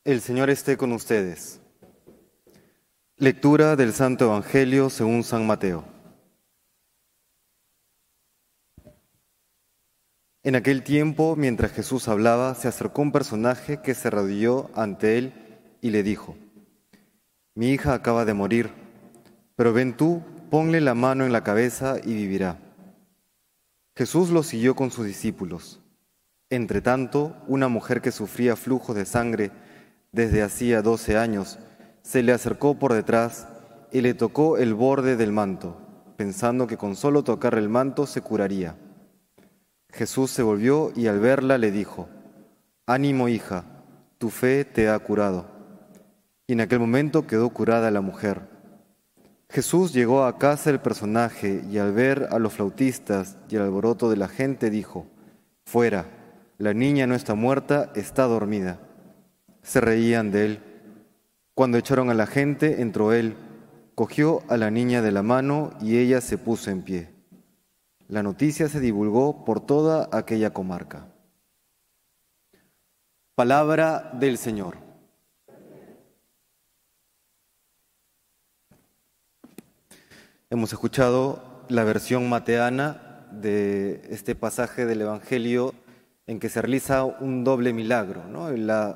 El Señor esté con ustedes. Lectura del Santo Evangelio según San Mateo. En aquel tiempo, mientras Jesús hablaba, se acercó un personaje que se arrodilló ante él y le dijo: Mi hija acaba de morir, pero ven tú, ponle la mano en la cabeza y vivirá. Jesús lo siguió con sus discípulos. Entretanto, una mujer que sufría flujo de sangre desde hacía 12 años, se le acercó por detrás y le tocó el borde del manto, pensando que con solo tocar el manto se curaría. Jesús se volvió y al verla le dijo: Ánimo, hija, tu fe te ha curado. Y en aquel momento quedó curada la mujer. Jesús llegó a casa del personaje y al ver a los flautistas y el alboroto de la gente dijo: Fuera, la niña no está muerta, está dormida. Se reían de él. Cuando echaron a la gente, entró él, cogió a la niña de la mano y ella se puso en pie. La noticia se divulgó por toda aquella comarca. Palabra del Señor. Hemos escuchado la versión mateana de este pasaje del Evangelio en que se realiza un doble milagro, ¿no?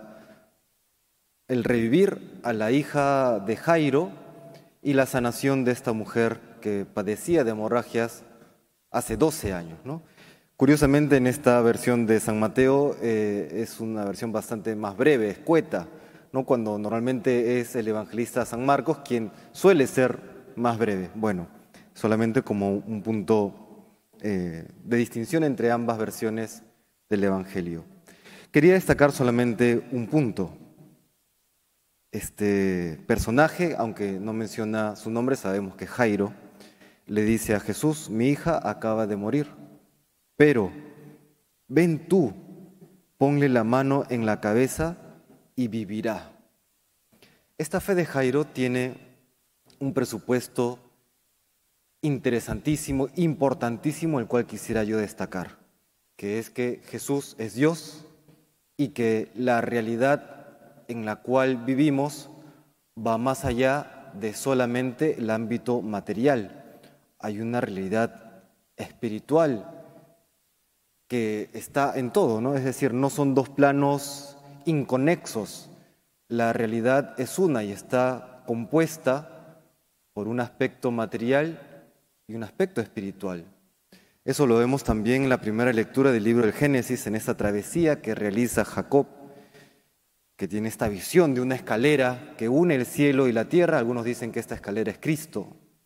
El revivir a la hija de Jairo y la sanación de esta mujer que padecía de hemorragias hace 12 años, ¿no? Curiosamente, en esta versión de San Mateo es una versión bastante más breve, escueta, ¿no? Cuando normalmente es el evangelista San Marcos quien suele ser más breve. Bueno, solamente como un punto de distinción entre ambas versiones del Evangelio. Quería destacar solamente un punto. Este personaje, aunque no menciona su nombre, sabemos que Jairo le dice a Jesús: mi hija acaba de morir, pero ven tú, ponle la mano en la cabeza y vivirá. Esta fe de Jairo tiene un presupuesto interesantísimo, importantísimo, el cual quisiera yo destacar, que es que Jesús es Dios y que la realidad en la cual vivimos va más allá de solamente el ámbito material. Hay una realidad espiritual que está en todo, ¿no? Es decir, no son dos planos inconexos. La realidad es una y está compuesta por un aspecto material y un aspecto espiritual. Eso lo vemos también en la primera lectura del libro del Génesis, en esta travesía que realiza Jacob, que tiene esta visión de una escalera que une el cielo y la tierra. Algunos dicen que esta escalera es Cristo.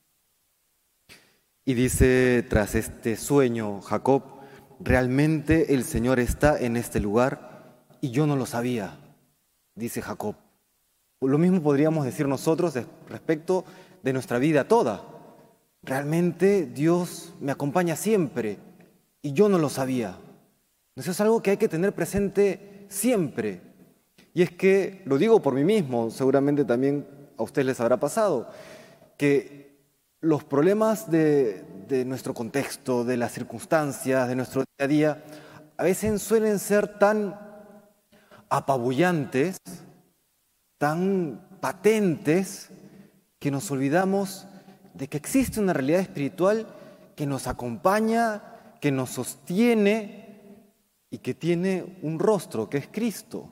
Y dice, tras este sueño, Jacob: realmente el Señor está en este lugar y yo no lo sabía, dice Jacob. Lo mismo podríamos decir nosotros respecto de nuestra vida toda. Realmente Dios me acompaña siempre y yo no lo sabía. Eso es algo que hay que tener presente siempre. Y es que, lo digo por mí mismo, seguramente también a ustedes les habrá pasado, que los problemas de nuestro contexto, de las circunstancias, de nuestro día a día, a veces suelen ser tan apabullantes, tan patentes, que nos olvidamos de que existe una realidad espiritual que nos acompaña, que nos sostiene y que tiene un rostro, que es Cristo.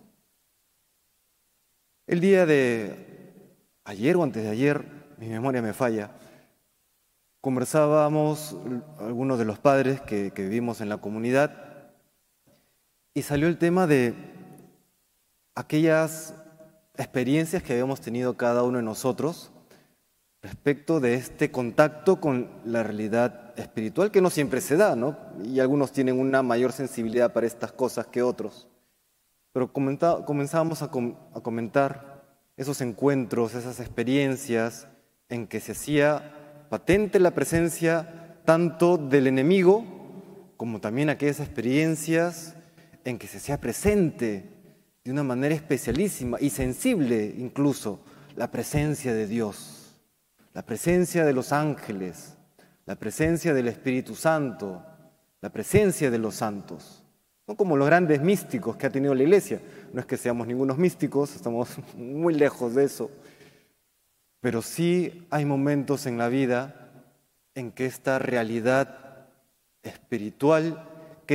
El día de ayer o antes de ayer, mi memoria me falla, conversábamos algunos de los padres que vivimos en la comunidad y salió el tema de aquellas experiencias que habíamos tenido cada uno de nosotros respecto de este contacto con la realidad espiritual, que no siempre se da, ¿no? Y algunos tienen una mayor sensibilidad para estas cosas que otros. Pero comenzábamos a comentar esos encuentros, esas experiencias en que se hacía patente la presencia tanto del enemigo como también aquellas experiencias en que se hacía presente de una manera especialísima y sensible incluso la presencia de Dios, la presencia de los ángeles, la presencia del Espíritu Santo, la presencia de los santos. No como los grandes místicos que ha tenido la Iglesia, no es que seamos ningunos místicos, estamos muy lejos de eso, pero sí hay momentos en la vida en que esta realidad espiritual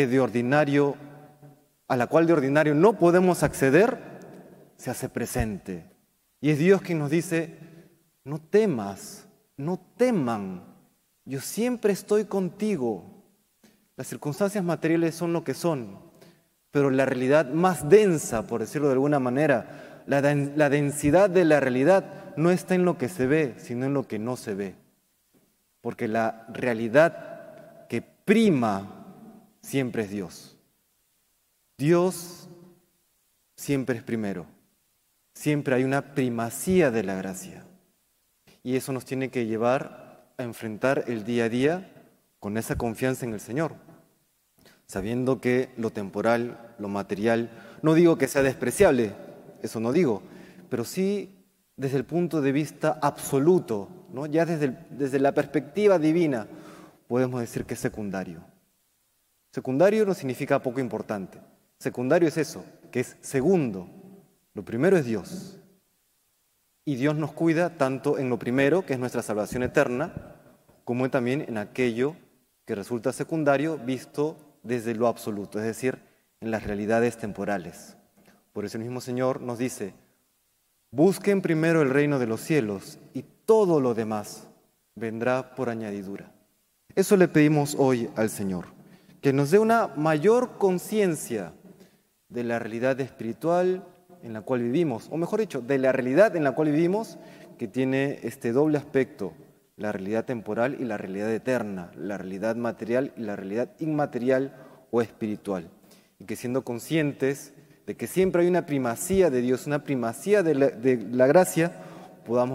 a la cual de ordinario no podemos acceder, se hace presente. Y es Dios quien nos dice, no temas, no teman, yo siempre estoy contigo. Las circunstancias materiales son lo que son, pero la realidad más densa, por decirlo de alguna manera, la densidad de la realidad no está en lo que se ve, sino en lo que no se ve. Porque la realidad que prima siempre es Dios. Dios siempre es primero. Siempre hay una primacía de la gracia. Y eso nos tiene que llevar a enfrentar el día a día con esa confianza en el Señor, sabiendo que lo temporal, lo material, no digo que sea despreciable, eso no digo, pero sí desde el punto de vista absoluto, ¿no? Ya desde la perspectiva divina, podemos decir que es secundario. Secundario no significa poco importante. Secundario es eso, que es segundo. Lo primero es Dios. Y Dios nos cuida tanto en lo primero, que es nuestra salvación eterna, como también en aquello que resulta secundario visto desde lo absoluto, es decir, en las realidades temporales. Por eso el mismo Señor nos dice, busquen primero el reino de los cielos y todo lo demás vendrá por añadidura. Eso le pedimos hoy al Señor, que nos dé una mayor conciencia de la realidad espiritual en la cual vivimos, o mejor dicho, de la realidad en la cual vivimos, que tiene este doble aspecto, la realidad temporal y la realidad eterna, la realidad material y la realidad inmaterial o espiritual. Y que siendo conscientes de que siempre hay una primacía de Dios, una primacía de la gracia,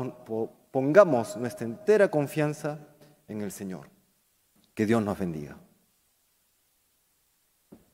pongamos nuestra entera confianza en el Señor. Que Dios nos bendiga.